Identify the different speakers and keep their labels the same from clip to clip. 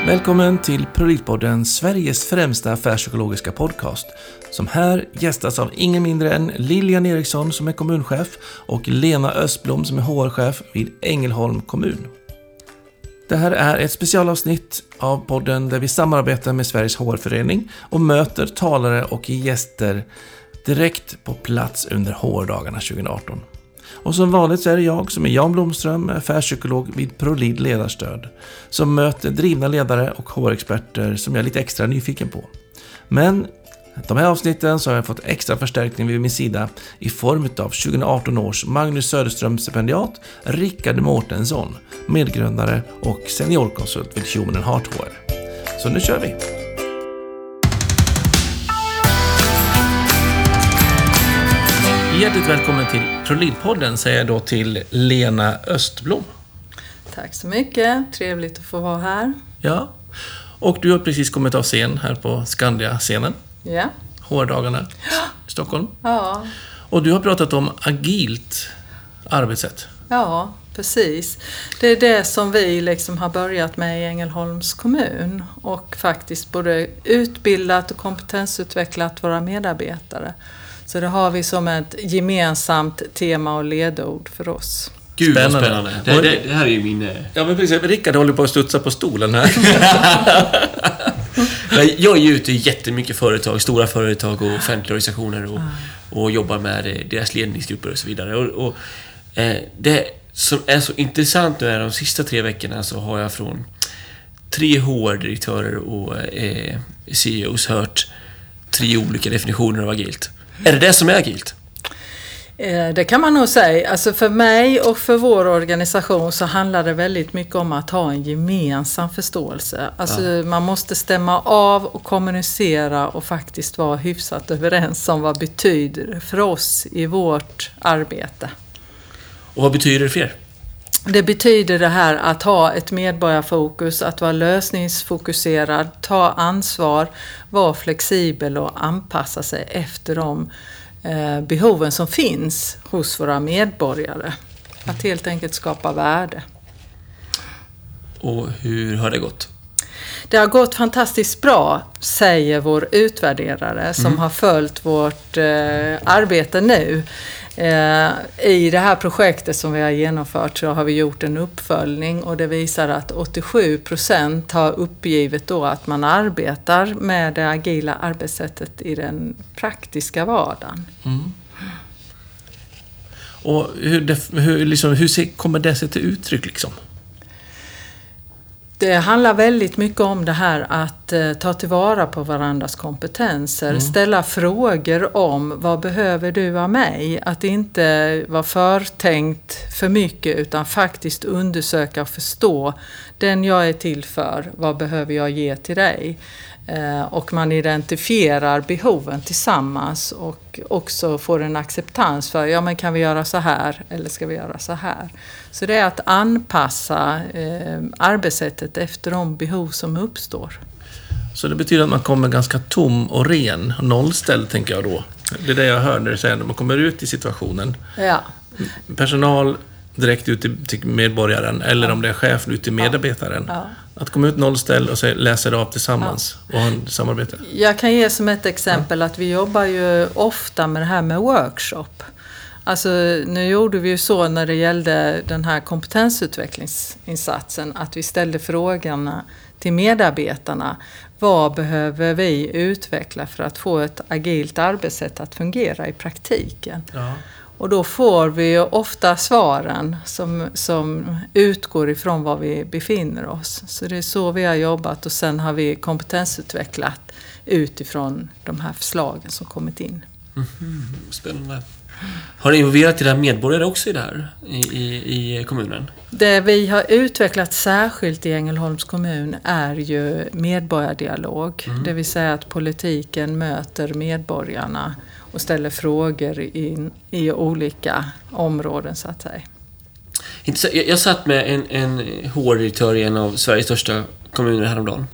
Speaker 1: Välkommen till ProLead-podden, Sveriges främsta affärspsykologiska podcast, som här gästas av ingen mindre än Lilian Eriksson som är kommunchef och Lena Östblom som är HR-chef vid Ängelholm kommun. Det här är ett specialavsnitt av podden där vi samarbetar med Sveriges HR-förening och möter talare och gäster direkt på plats under HR-dagarna 2018. Och som vanligt så är det jag som är Jan Blomström, affärspsykolog vid ProLead ledarstöd, som möter drivna ledare och HR-experter som jag är lite extra nyfiken på. Men de här avsnitten så har jag fått extra förstärkning vid min sida i form av 2018 års Magnus Söderström-stipendiat Rickard Mårtensson, medgrundare och seniorkonsult vid Human & Heart HR. Så nu kör vi! Hjärtligt välkommen till ProLead-podden, säger jag då till Lena Östblom.
Speaker 2: Tack så mycket, trevligt att få vara här.
Speaker 1: Ja, och du har precis kommit av scen här på Skandia-scenen.
Speaker 2: Ja.
Speaker 1: HR-dagarna i Stockholm.
Speaker 2: Ja.
Speaker 1: Och du har pratat om agilt arbetssätt.
Speaker 2: Ja, precis. Det är det som vi liksom har börjat med i Ängelholms kommun och faktiskt både utbildat och kompetensutvecklat våra medarbetare. Så det har vi som ett gemensamt tema och ledord för oss.
Speaker 3: Gud, spännande. Det här är ju min...
Speaker 1: Ja, men precis. Rickard håller på att studsa på stolen här.
Speaker 3: Jag är ju ute i jättemycket företag, stora företag och offentliga organisationer och jobbar med deras ledningsgrupper och så vidare. Och det som är så intressant nu är de sista 3 veckorna så har jag från 3 HR-direktörer och CEOs hört 3 olika definitioner av agilt. Är det som är agilt?
Speaker 2: Det kan man nog säga. Alltså för mig och för vår organisation så handlar det väldigt mycket om att ha en gemensam förståelse. Alltså man måste stämma av och kommunicera och faktiskt vara hyfsat överens om vad betyder för oss i vårt arbete.
Speaker 3: Och vad betyder det för er?
Speaker 2: Det betyder det här att ha ett medborgarfokus, att vara lösningsfokuserad, ta ansvar, vara flexibel och anpassa sig efter de behoven som finns hos våra medborgare. Att helt enkelt skapa värde.
Speaker 3: Och hur har det gått?
Speaker 2: Det har gått fantastiskt bra, säger vår utvärderare som har följt vårt arbete nu. I det här projektet som vi har genomfört så har vi gjort en uppföljning och det visar att 87% har uppgivit då att man arbetar med det agila arbetssättet i den praktiska vardagen.
Speaker 1: Mm. Och hur kommer det sig till uttryck liksom?
Speaker 2: Det handlar väldigt mycket om det här att ta tillvara på varandras kompetenser. Ställa frågor om vad behöver du av mig? Att inte vara förtänkt för mycket utan faktiskt undersöka och förstå den jag är till för. Vad behöver jag ge till dig? Och man identifierar behoven tillsammans och också får en acceptans för, ja men kan vi göra så här eller ska vi göra så här? Så det är att anpassa arbetssättet efter de behov som uppstår.
Speaker 1: Så det betyder att man kommer ganska tom och ren och nollställd, tänker jag då. Det är det jag hör när du säger när man kommer ut i situationen.
Speaker 2: Ja.
Speaker 1: Personal direkt ut till medborgaren eller om det är chefen ut till medarbetaren.
Speaker 2: Ja.
Speaker 1: Att komma ut nollställ och läsa det av tillsammans och ha en samarbete.
Speaker 2: Jag kan ge som ett exempel att vi jobbar ju ofta med det här med workshop. Alltså nu gjorde vi ju så när det gällde den här kompetensutvecklingsinsatsen att vi ställde frågorna till medarbetarna. Vad behöver vi utveckla för att få ett agilt arbetssätt att fungera i praktiken? Ja. Och då får vi ju ofta svaren som utgår ifrån var vi befinner oss. Så det är så vi har jobbat och sen har vi kompetensutvecklat utifrån de här förslagen som kommit in.
Speaker 3: Spännande. Har ni involverat era medborgare också i det här i kommunen?
Speaker 2: Det vi har utvecklat särskilt i Ängelholms kommun är ju medborgardialog. Det vill säga att politiken möter medborgarna och ställer frågor i olika områden så att säga.
Speaker 3: Jag satt med en HR-direktör i en av Sveriges största kommuner häromdagen.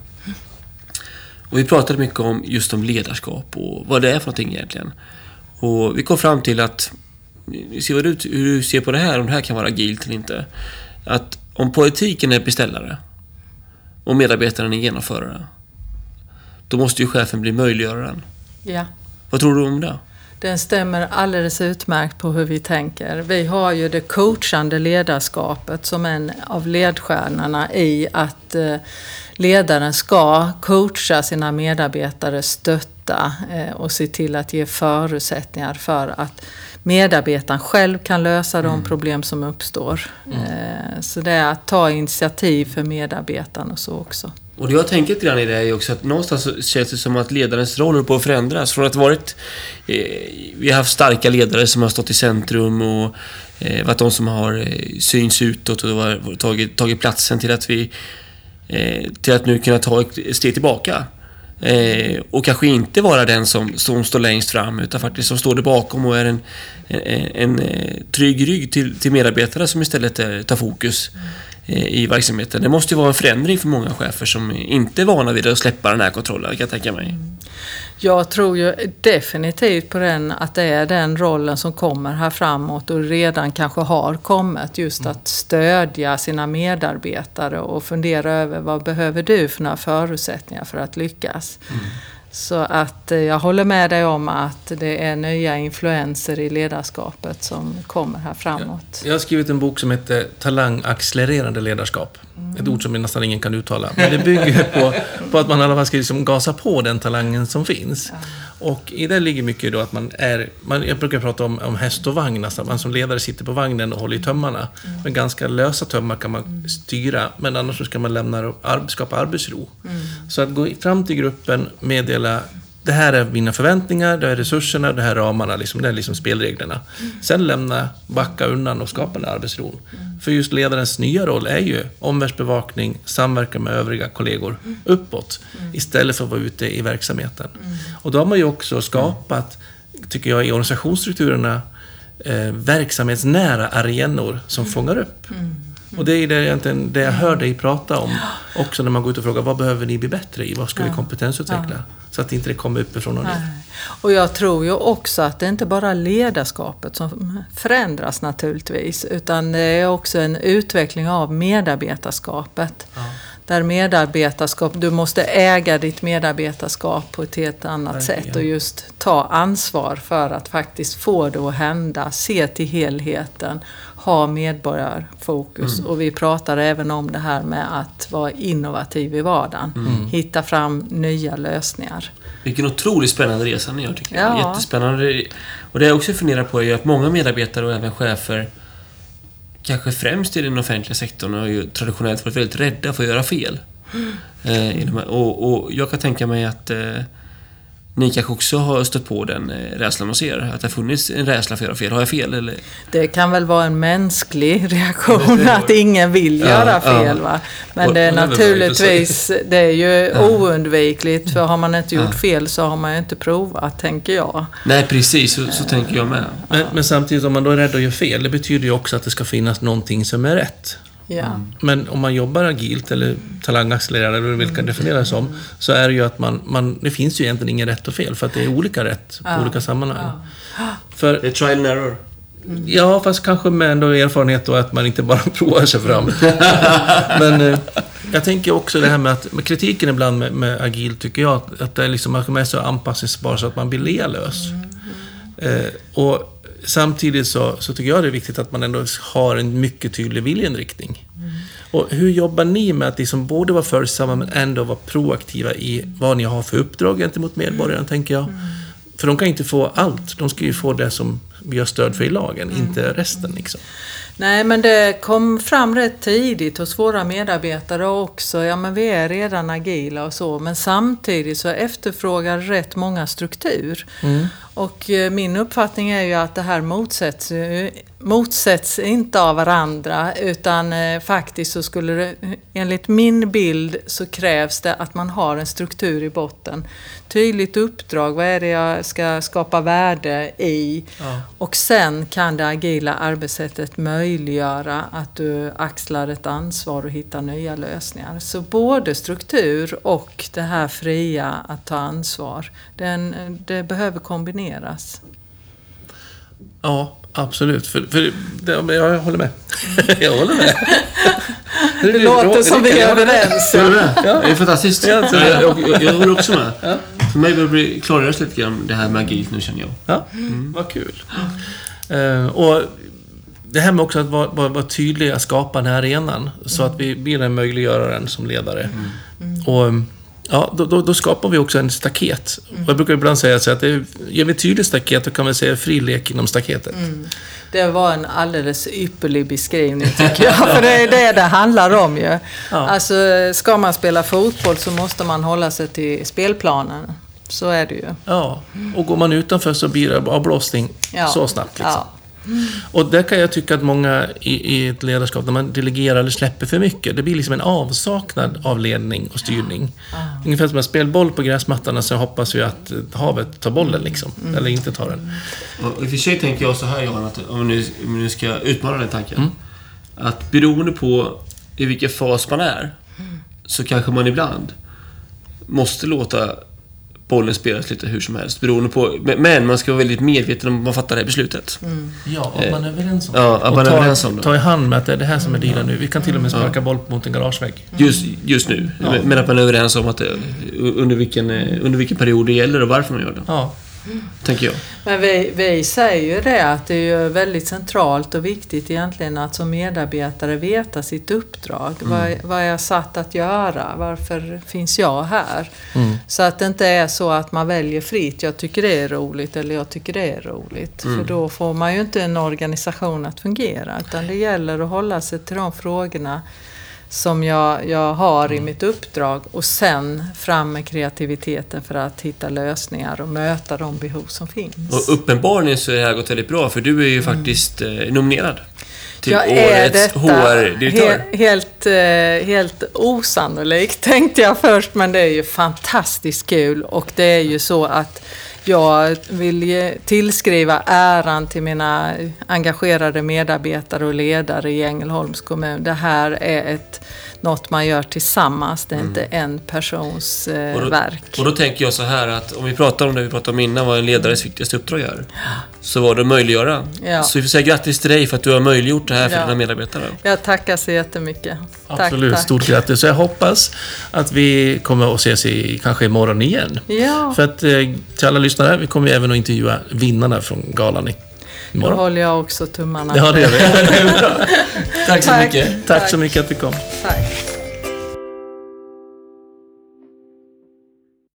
Speaker 3: Och vi pratade mycket om just om ledarskap och vad det är för någonting egentligen. Och vi kom fram till att, hur du ser på det här, om det här kan vara agilt eller inte. Att om politiken är beställare, och medarbetaren är genomförare. Då måste ju chefen bli möjliggöraren.
Speaker 2: Ja.
Speaker 3: Vad tror du om det?
Speaker 2: Den stämmer alldeles utmärkt på hur vi tänker. Vi har ju det coachande ledarskapet som en av ledstjärnorna i att ledaren ska coacha sina medarbetare, stötta och se till att ge förutsättningar för att medarbetaren själv kan lösa de problem som uppstår. Så det är att ta initiativ för medarbetaren och så också.
Speaker 3: Och det jag tänker lite grann i det är också att någonstans så känns det som att ledarens roll håller på att förändras. Från att varit, vi har haft starka ledare som har stått i centrum och varit de som har syns utåt och tagit platsen till att nu kunna ta ett steg tillbaka. Och kanske inte vara den som står längst fram, utan faktiskt som står där bakom och är en trygg rygg till medarbetare som istället tar fokus i verksamheten. Det måste ju vara en förändring för många chefer som inte är vana vid att släppa den här kontrollen, kan jag tänka mig.
Speaker 2: Jag tror ju definitivt på att det är den rollen som kommer här framåt och redan kanske har kommit, just att stödja sina medarbetare och fundera över vad behöver du för några förutsättningar för att lyckas. Så att jag håller med dig om att det är nya influenser i ledarskapet som kommer här framåt.
Speaker 1: Jag har skrivit en bok som heter Talangaccelererande ledarskap. Ett ord som nästan ingen kan uttala. Men det bygger på att man i alla fall ska liksom gasa på den talangen som finns. Och i det ligger mycket då att jag brukar prata om häst och vagn. Alltså man som ledare sitter på vagnen och håller i tömmarna. Med ganska lösa tömmar kan man styra. Men annars så ska man skapa arbetsro. Så att gå fram till gruppen, meddela: det här är mina förväntningar, det här är resurserna, det här är ramarna, det är liksom spelreglerna. Sen backa undan och skapa en arbetsro. För just ledarens nya roll är ju omvärldsbevakning, samverka med övriga kollegor uppåt, istället för att vara ute i verksamheten. Och då har man ju också skapat, tycker jag, i organisationsstrukturerna verksamhetsnära arenor som fångar upp. Och det är det jag hör dig prata om också när man går ut och frågar: vad behöver ni bli bättre i? Vad ska vi kompetensutveckla? Så att inte det kommer uppifrån och ner.
Speaker 2: Och jag tror ju också att det inte bara ledarskapet som förändras naturligtvis, utan det är också en utveckling av medarbetarskapet. Där du måste äga ditt medarbetarskap på ett helt annat sätt och just ta ansvar för att faktiskt få det att hända, se till helheten, ha medborgarfokus. Och vi pratar även om det här med att vara innovativ i vardagen, hitta fram nya lösningar. Vilken
Speaker 3: otroligt spännande resa ni gör, tycker jag. Jättespännande. Och det jag också funderar på är ju att många medarbetare och även chefer, kanske främst i den offentliga sektorn, har ju traditionellt varit väldigt rädda för att göra fel. Och jag kan tänka mig att ni kanske också har stött på den rädslan hos er, att det har funnits en rädsla för att göra fel. Har jag fel? Eller?
Speaker 2: Det kan väl vara en mänsklig reaktion att ingen vill göra fel. Va? Men det är naturligtvis, det är ju oundvikligt, för har man inte gjort fel så har man ju inte provat, tänker jag.
Speaker 3: Nej, precis, så tänker jag med.
Speaker 1: Men samtidigt, om man då är rädd att göra fel, det betyder ju också att det ska finnas någonting som är rätt.
Speaker 2: Ja.
Speaker 1: Men om man jobbar agilt eller talangaccelererande eller vilka definierar det som, så är det ju att det finns ju egentligen ingen rätt och fel, för att det är olika rätt på olika sammanhang. För,
Speaker 3: det är trial and error.
Speaker 1: Ja, fast kanske med ändå erfarenhet då att man inte bara provar sig fram. Men jag tänker också det här med kritiken ibland med agil, tycker jag att det är liksom, att man är så anpassningsbar så att man blir lealös. Och samtidigt så tycker jag det är viktigt att man ändå har en mycket tydlig viljeinriktning. Och hur jobbar ni med att liksom både vara följsamma men ändå vara proaktiva i vad ni har för uppdrag gentemot medborgarna, tänker jag. För de kan inte få allt. De ska ju få det som vi har stöd för i lagen, inte resten liksom.
Speaker 2: Nej, men det kom fram rätt tidigt hos våra medarbetare också. Ja, men vi är redan agila och så. Men samtidigt så efterfrågar rätt många struktur. Och min uppfattning är ju att det här motsätts inte av varandra, utan faktiskt så skulle det, enligt min bild, så krävs det att man har en struktur i botten. Tydligt uppdrag, vad är det jag ska skapa värde i? Och sen kan det agila arbetssättet möjliggöra att du axlar ett ansvar och hittar nya lösningar. Så både struktur och det här fria att ta ansvar, det behöver kombineras.
Speaker 1: Ja, absolut. För jag håller med. Jag håller med.
Speaker 2: Det låter som vi är överens.
Speaker 3: Ja. Det är fantastiskt. Jag håller också med. Ja. För mig börjar det klargöras lite grann det här magi nu, känner jag.
Speaker 1: Ja, vad kul. Och det här med också att vara tydlig att skapa den här arenan så att vi blir en möjliggöraren som ledare. Och ja, då skapar vi också en staket. Och jag brukar ibland säga så att ger vi tydlig staket, då kan vi säga fri lek inom staketet.
Speaker 2: Det var en alldeles ypperlig beskrivning, tycker jag. För det är det handlar om ju. Ja. Alltså, ska man spela fotboll så måste man hålla sig till spelplanen. Så är det ju.
Speaker 1: Ja, och går man utanför så blir det avblåsning så snabbt liksom. Ja. Och där kan jag tycka att många i ett ledarskap, när man delegerar eller släpper för mycket, det blir liksom en avsaknad av ledning och styrning. Ungefär som att spela boll på gräsmattan, så hoppas vi att havet tar bollen liksom, eller inte tar den.
Speaker 3: Och i och för sig tänker jag så här, Johan, att om vi nu ska utmana den tanken, att beroende på i vilken fas man är, så kanske man ibland måste låta bollen spelas lite hur som helst, beroende på, men man ska vara väldigt medveten om man fattar det här beslutet.
Speaker 1: Ja, att man är överens om det.
Speaker 3: Ja, att man är överens om det.
Speaker 1: Ta i hand med att det är det här som är dealen nu. Vi kan till och med sparka boll mot en garagevägg.
Speaker 3: Just nu. Ja. Men att man är överens om att under vilken period det gäller och varför man gör det.
Speaker 1: Ja.
Speaker 3: Tänker jag.
Speaker 2: Men vi säger ju det, att det är ju väldigt centralt och viktigt egentligen att som medarbetare veta sitt uppdrag. Vad är jag satt att göra? Varför finns jag här? Så att det inte är så att man väljer fritt. Jag tycker det är roligt eller jag tycker det är roligt. För då får man ju inte en organisation att fungera. Utan det gäller att hålla sig till de frågorna som jag har i mitt uppdrag och sen fram med kreativiteten för att hitta lösningar och möta de behov som finns.
Speaker 3: Och uppenbarligen så har det här gått väldigt bra, för du är ju faktiskt nominerad till årets HR-direktör.
Speaker 2: Helt osannolikt tänkte jag först, men det är ju fantastiskt kul, och det är ju så att jag vill tillskriva äran till mina engagerade medarbetare och ledare i Ängelholms kommun. Det här är något man gör tillsammans. Det är inte en persons verk.
Speaker 3: Och då tänker jag så här, att om vi pratar om det vi pratade om innan, vad en ledares viktigaste uppdrag är, så var det att möjliggöra. Ja. Så vi får säga grattis till dig för att du har möjliggjort det här för dina medarbetare.
Speaker 2: Jag tackar så jättemycket.
Speaker 1: Absolut,
Speaker 2: tack.
Speaker 1: Stort grattis. Så jag hoppas att vi kommer att ses kanske imorgon igen.
Speaker 2: Ja.
Speaker 1: För att till alla lyssnare, vi kommer även att intervjua vinnarna från galan imorgon.
Speaker 2: Då håller jag också tummarna.
Speaker 1: Ja, det gör vi.
Speaker 3: Tack så mycket.
Speaker 1: Tack så mycket att du kom.
Speaker 2: Tack.